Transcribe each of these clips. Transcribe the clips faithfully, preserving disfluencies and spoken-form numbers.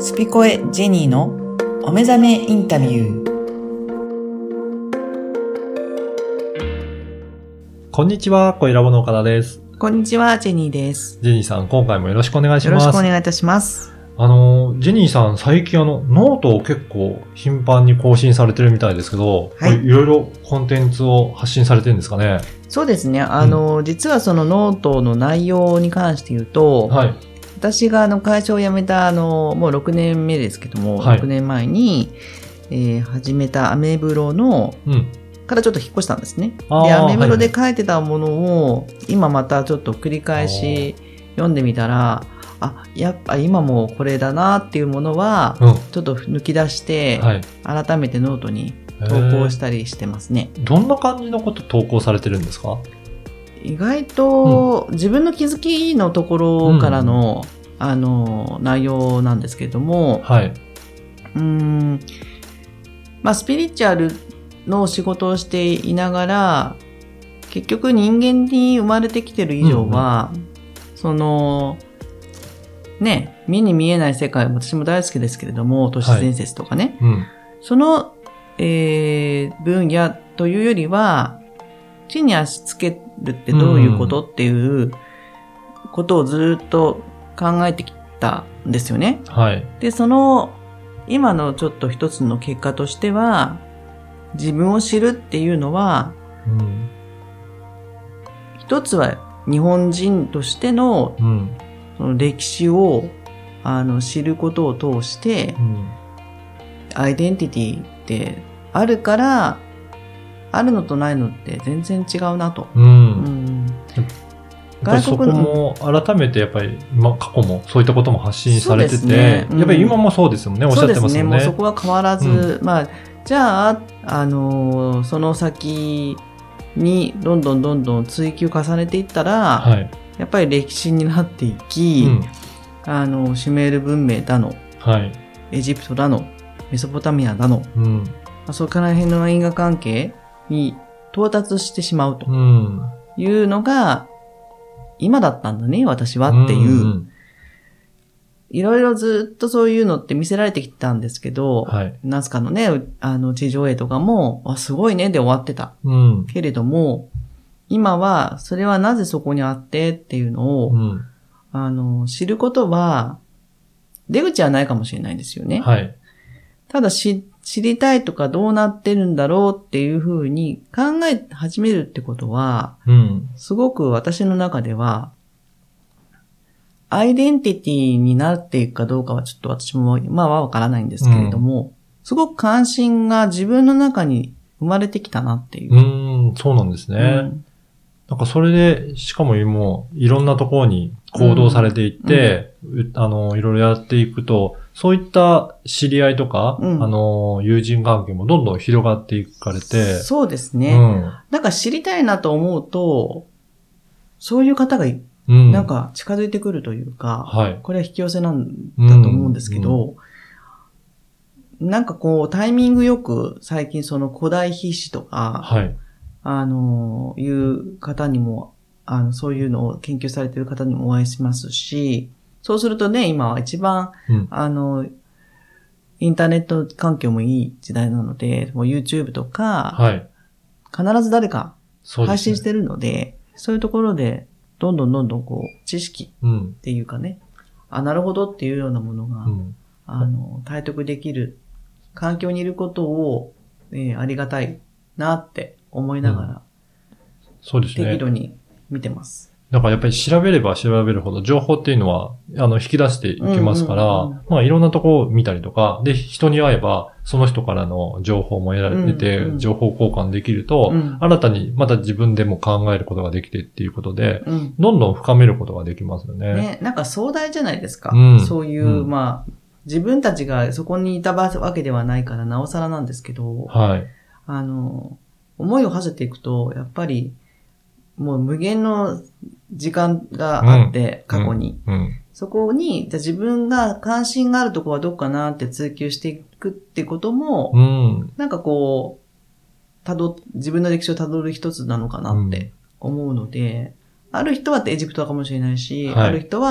スピコエジェニーのお目覚めインタビュー。 こんにちは、小ラボの岡田です。 こんにちは、ジェニーです。 ジェニーさん、今回もよろしくお願いします。 よろしくお願いいたします。 あの、ジェニーさん、最近あの、ノートを結構頻繁に更新されてるみたいですけど、はい。いろいろコンテンツを発信されてるんですかね。 そうですね。あの、うん、実はそのノートの内容に関して言うと、はい。私があの会社を辞めたあの、もうろくねんめですけども、はい、ろくねんまえに、えー、始めたアメブロの、うん、からちょっと引っ越したんですね。で、アメブロで書いてたものを、今またちょっと繰り返し読んでみたら、あ、やっぱ今もこれだなっていうものは、ちょっと抜き出して、うん、改めてノートに投稿したりしてますね。 どんな感じのこと投稿されてるんですか？ 意外と、うん、自分の気づきのところからの、うん、あの、内容なんですけれども、はい。うーん、まあ、スピリチュアルの仕事をしていながら、結局人間に生まれてきてる以上は、うんうん、その、ね、目に見えない世界、私も大好きですけれども、都市伝説とかね、はい、うん、その、えー、分野というよりは、地に足つけるってどういうこと、うん、っていうことをずっと考えてきたんですよね。はい。で、その、今のちょっと一つの結果としては、自分を知るっていうのは、うん、一つは日本人としての、うん、その歴史をあの知ることを通して、うん、アイデンティティってあるから、あるのとないのって全然違うなと。うんうん、 外国そこも改めてやっぱり、まあ、過去もそういったことも発信されてて、ね、うん、やっぱり今もそうですもんね、おっしゃってますよね。そうですね、 もうそこは変わらず、うん、まあ、じゃあ、あのー、その先にどんどんどんどん追求重ねていったら、はい、やっぱり歴史になっていき、うん、あの、シュメール文明だの、はい、エジプトだの、メソポタミアだの、うん、まあ、そこから辺の因果関係に到達してしまうというのが、今だったんだね、私はっていう、うんうん、いろいろずっとそういうのって見せられてきたんですけど、はい、ナスカのね、あの地上絵とかも、あ、すごいねで終わってた、うん。けれども、今はそれはなぜそこにあってっていうのを、うん、あの知ることは出口はないかもしれないんですよね。はい、ただ知知りたいとかどうなってるんだろうっていうふうに考え始めるってことは、うん、すごく私の中では、アイデンティティになっていくかどうかはちょっと私もまあはわからないんですけれども、うん、すごく関心が自分の中に生まれてきたなっていう。 うーん、そうなんですね。うん、なんかそれで、しかももういろんなところに行動されていって、うん、あの、いろいろやっていくと、そういった知り合いとか、うん、あの、友人関係もどんどん広がっていかれて。 そうですね。うん、なんか知りたいなと思うと、そういう方がなんか近づいてくるというか、うん、はい、これは引き寄せなんだと思うんですけど、うんうん、なんかこうタイミングよく最近その古代筆師とか、はい、あの、いう方にも、あの、そういうのを研究されている方にもお会いしますし、そうするとね、今は一番、うん、あの、インターネット環境もいい時代なので、もう YouTube とか、はい、必ず誰か配信してるので、そうですね、そういうところで、どんどんどんどんこう、知識っていうかね、うん、あ、なるほどっていうようなものが、うん、あの、体得できる環境にいることを、えー、ありがたいなって思いながら、うん、 そうですね。 適度に見てます。 だからやっぱり調べれば調べるほど情報っていうのは、あの、引き出していけますから、うんうんうん、まあいろんなとこを見たりとか、で、人に会えば、その人からの情報も得られて、うんうん、情報交換できると、うん、新たにまた自分でも考えることができてっていうことで、うん、どんどん深めることができますよね。 ね、なんか壮大じゃないですか。うん、そういう、うん、まあ、自分たちがそこにいたわけではないからなおさらなんですけど、はい。あの、思いを馳せていくと、やっぱり、もう無限の時間があって、うん、過去に、うんうん。そこに、じゃ自分が関心があるところはどこかなって追求していくってことも、うん、なんかこう、たど、自分の歴史をたどる一つなのかなって思うので、うん、ある人はエジプトかもしれないし、はい、ある人は、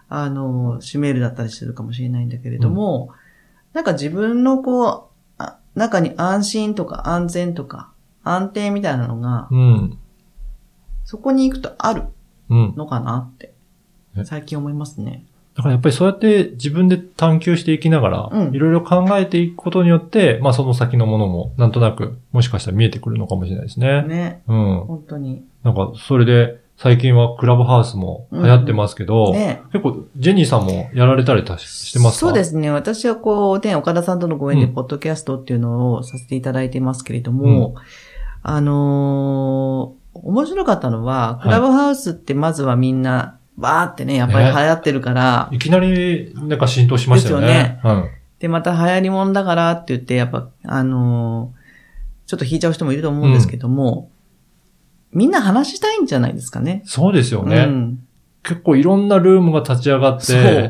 あの、シュメールだったりするかもしれないんだけれども、うん、なんか自分のこう、中に安心とか安全とか安定みたいなのが、うん、そこに行くとあるのかなって、うん、最近思いますね。 だからやっぱりそうやって自分で探求していきながら、いろいろ考えていくことによって、まあその先のものもなんとなくもしかしたら見えてくるのかもしれないですね。 ね。 うん。 本当に。 なんかそれで最近はクラブハウスも流行ってますけど、うんね、結構ジェニーさんもやられたりしてますか？ そうですね。私はこう、ね、岡田さんとのご縁でポッドキャストっていうのをさせていただいてますけれども、うん、あのー、面白かったのは、クラブハウスってまずはみんな、バーってね、やっぱり流行ってるから。 ね、いきなりなんか浸透しましたよね。ですよね。うん、 で、また流行りもんだからって言って、やっぱ、あのー、ちょっと引いちゃう人もいると思うんですけども、うん、みんな話したいんじゃないですかね。 そうですよね。うん、結構いろんなルームが立ち上がって、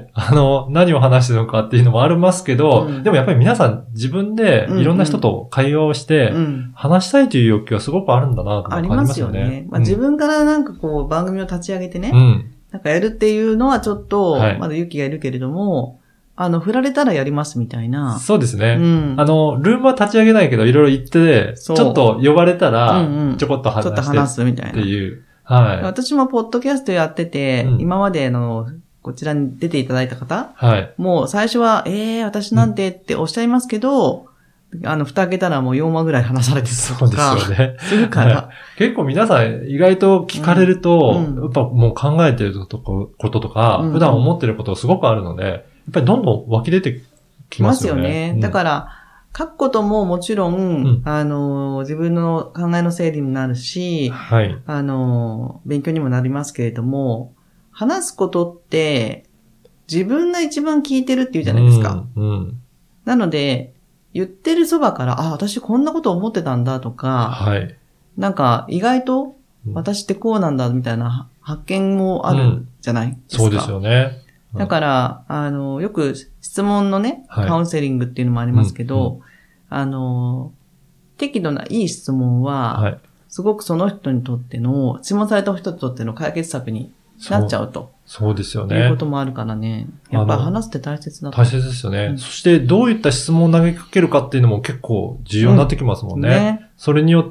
あの、何を話してるのかっていうのもありますけど、うん、でもやっぱり皆さん自分でいろんな人と会話をして、話したいという欲求はすごくあるんだなと感じますよね。ありますよね。 まあ、自分からなんかこう番組を立ち上げてね、うんなんかやるっていうのはちょっと、まだ勇気がいるけれども、はい、あの、振られたらやりますみたいな。 そうですね。うん、あの、ルームは立ち上げないけど、いろいろ言って、ちょっと呼ばれたら、ちょこっと話して、うんうん、ちょっと話すみたいな。っていう。はい。 私もポッドキャストやってて、うん、今までの、こちらに出ていただいた方、はい。もう最初は、ええー、私なんてっておっしゃいますけど、うんあの、蓋開けたらもうよんわぐらい話されてたとか。 そうですよね。 するから、はい。結構皆さん意外と聞かれると、うん、やっぱもう考えてることとか、うん、普段思ってることがすごくあるので、やっぱりどんどん湧き出てきますよね。 ますよね。うん、だから、書くことももちろん、うん、あの、自分の考えの整理になるし、はい。あの、勉強にもなりますけれども、話すことって、自分が一番聞いてるっていうじゃないですか。うん。うん、なので、言ってるそばから、あ、私こんなこと思ってたんだとか、はい。なんか意外と私ってこうなんだみたいな発見もあるじゃないですか。 うん、そうですよね。 うん、だから、あの、よく質問のね、はい、カウンセリングっていうのもありますけど、うんうん、あの、適度ないい質問は、はい、すごくその人にとっての、質問された人にとっての解決策になっちゃうと。 そうですよね。 いうこともあるからね。やっぱり話すって大切だと。 大切ですよね、うん。そしてどういった質問を投げかけるかっていうのも結構重要になってきますもんね。うん、ねそれによって、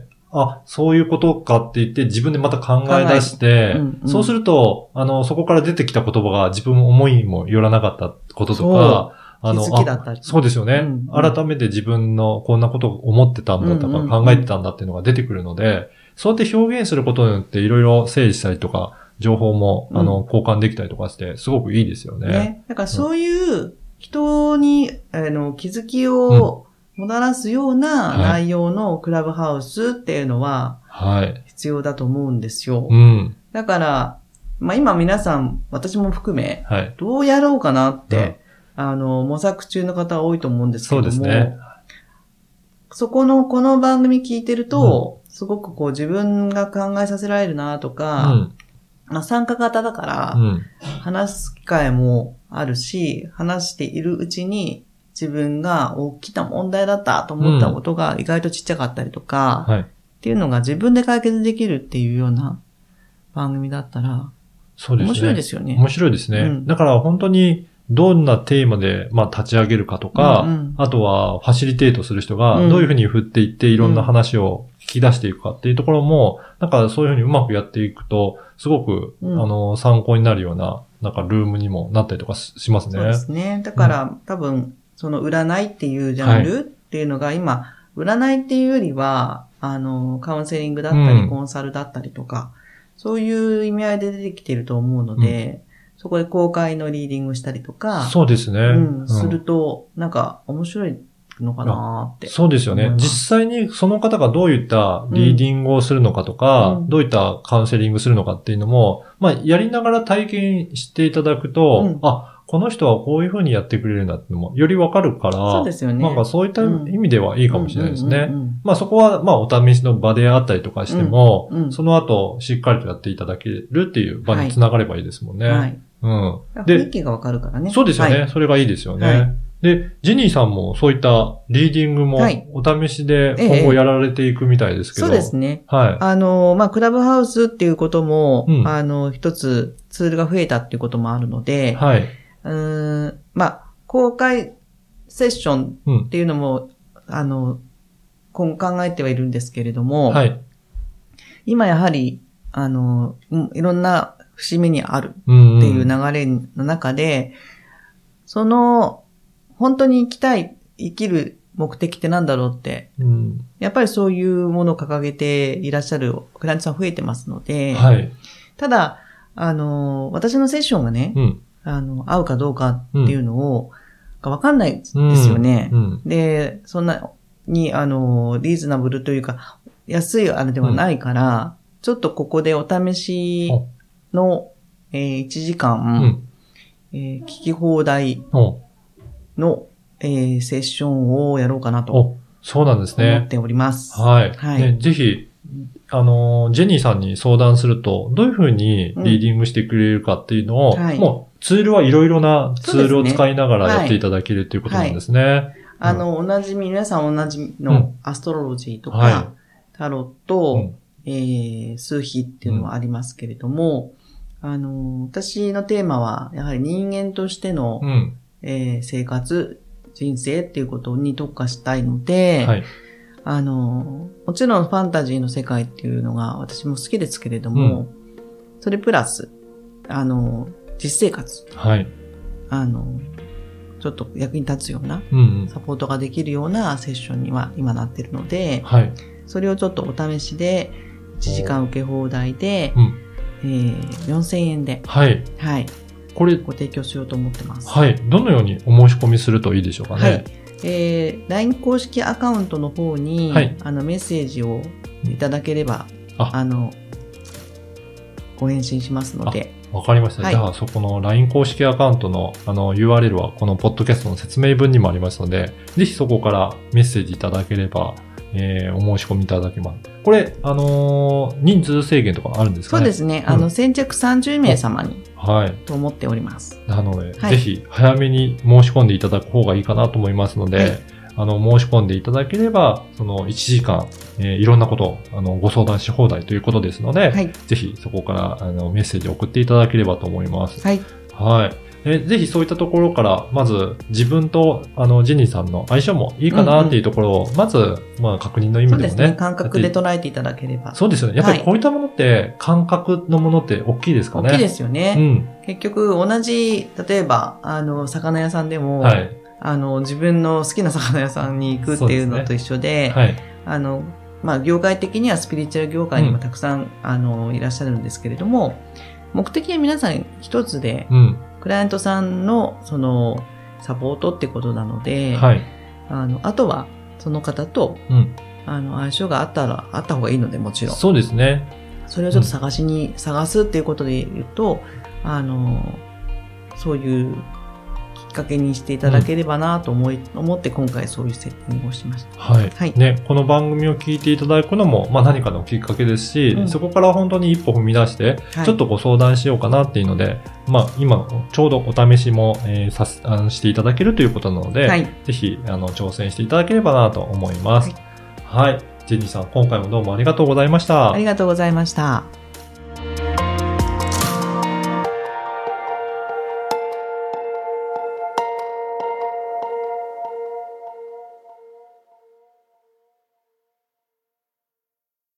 あ、そういうことかって言って自分でまた考え出して、うんうん、そうすると、あの、そこから出てきた言葉が自分思いもよらなかったこととか、 あの、気づきだったり。 そうですよね、うんうん。改めて自分のこんなことを思ってたんだとか考えてたんだっていうのが出てくるので、うんうんうん、そうやって表現することによっていろいろ整理したりとか、情報も、あの、交換できたりとかして、すごくいいですよね。ね。 だからそういう人に、あの、気づきをもたらすような内容のクラブハウスっていうのは、はい。必要だと思うんですよ。うん。だから、まあ今皆さん、私も含め、はい。どうやろうかなって、うん、あの、模索中の方多いと思うんですけども。そうですね。そこの、この番組聞いてると、うん、すごくこう自分が考えさせられるなとか、うんまあ、参加型だから、話す機会もあるし、うん、話しているうちに自分が大きな問題だったと思ったことが意外とちっちゃかったりとか、うんはい、っていうのが自分で解決できるっていうような番組だったら、そうですね。面白いですよね。 面白いですね。うん、だから本当にどんなテーマで、まあ、立ち上げるかとか、うんうん、あとはファシリテートする人がどういうふうに振っていっていろんな話を聞き出していくかっていうところも、なんかそういうふうにうまくやっていくと、すごく、うん、あの、参考になるような、なんかルームにもなったりとかしますね。 そうですね。だから、うん、多分、その占いっていうジャンルっていうのが今、はい、占いっていうよりは、あの、カウンセリングだったり、うん、コンサルだったりとか、そういう意味合いで出てきてると思うので、うんそこで公開のリーディングしたりとか。 そうですね。 うん。すると、なんか面白いのかなって。 そうですよね。実際にその方がどういったリーディングをするのかとか、うん、どういったカウンセリングするのかっていうのも、まあ、やりながら体験していただくと、うん、あ、この人はこういうふうにやってくれるんだっていうのも、よりわかるから、 そうですよね。 なんかそういった意味ではいいかもしれないですね。まあそこは、まあお試しの場であったりとかしても、うんうん、その後、しっかりとやっていただけるっていう場につながればいいですもんね。はい。はいうん。雰囲気がわかるからね。 そうですよね、はい。それがいいですよね。はい、 で、ジェニーさんもそういったリーディングもお試しで今後やられていくみたいですけど。 ええ、そうですね。 はい。 あの、まあ、クラブハウスっていうことも、うん、あの、一つツールが増えたっていうこともあるので、 はい。 うーん、まあ、公開セッションっていうのも、うん、あの、今後考えてはいるんですけれども、はい。今やはり、あの、いろんな節目にあるっていう流れの中で、うんうん、その、本当に生きたい、生きる目的ってなんだろうって、うん、やっぱりそういうものを掲げていらっしゃるクライアントさん増えてますので、はい、ただ、あの、私のセッションがね、うん、あの、合うかどうかっていうのを、がわかんないですよね、うんうん。で、そんなに、あの、リーズナブルというか、安いあれではないから、うん、ちょっとここでお試しの、えー、いちじかん、うんえー、聞き放題、の、えー、セッションをやろうかなと。 そうなんですね。 思っております。 はい。はい。ね、ぜひ、あの、ジェニーさんに相談すると、どういうふうにリーディングしてくれるかっていうのを、うんはい、もうツールはいろいろなツールを使いながらやっていただけるということなんですね。はいはい、 あの、おなじみ、皆さんおなじみのアストロロジーとか、うんはい、タロット、うんえー、数秘っていうのはありますけれども、うん、あの、私のテーマは、やはり人間としての、うんえー、生活、人生っていうことに特化したいので、はい、あの、もちろんファンタジーの世界っていうのが私も好きですけれども、うん、それプラス、あの、実生活、はい、あの、ちょっと役に立つような、うんうん、サポートができるようなセッションには今なっているので、はい、それをちょっとお試しで、いちじかん受け放題で、うんえー、よんせんえんで、はい。はい。これ、ご提供しようと思ってます。 はい。どのようにお申し込みするといいでしょうかね。はい。 えー、ライン 公式アカウントの方に、はい、あの、メッセージをいただければ、あ, あの、ご返信しますので。 わかりました。はい、じゃあ、そこの ライン 公式アカウントの、あの、ユーアールエル は、このポッドキャストの説明文にもありますので、ぜひそこからメッセージいただければ、えー、お申し込みいただけます。これ、あのー、人数制限とかあるんですかね？ そうですね。うん、あの、先着さんじゅうめい様に、はい。と思っております。 なので、はい、ぜひ、早めに申し込んでいただく方がいいかなと思いますので、はい、あの、申し込んでいただければ、その、いちじかん、えー、いろんなことを、あの、ご相談し放題ということですので、はい、ぜひ、そこから、あの、メッセージを送っていただければと思います。はい。はい。えぜひそういったところから、まず自分と、あの、ジェニーさんの相性もいいかなっていうところを、うんうん、まず、まあ確認の意味でもね。そうですね。 感覚で捉えていただければ。 そうですよね。やっぱりこういったものって、感覚のものって大きいですかね。 大きいですよね。うん。結局、同じ、例えば、あの、魚屋さんでも、はい。あの、自分の好きな魚屋さんに行くっていうのと一緒で、でね、はい。あの、まあ、業界的にはスピリチュアル業界にもたくさん、うん、あの、いらっしゃるんですけれども、目的は皆さん一つで、うん。クライアントさんの、その、サポートってことなので、はい。あの、あとは、その方と、うん。あの、相性があったら、あった方がいいので、もちろん。 そうですね。 それをちょっと探しに、うん、探すっていうことで言うと、あの、そういうきっかけにしていただければなと思い、うん、思って今回そういうセッティングをしました。 はい。はい。ね、この番組を聞いていただくのも、まあ何かのきっかけですし、うん、そこから本当に一歩踏み出して、はい、ちょっとご相談しようかなっていうので、まあ今、ちょうどお試しも、えー、さす、あの、していただけるということなので、はい、ぜひ、あの、挑戦していただければなと思います。はい。はい。ジェニーさん、今回もどうもありがとうございました。 ありがとうございました。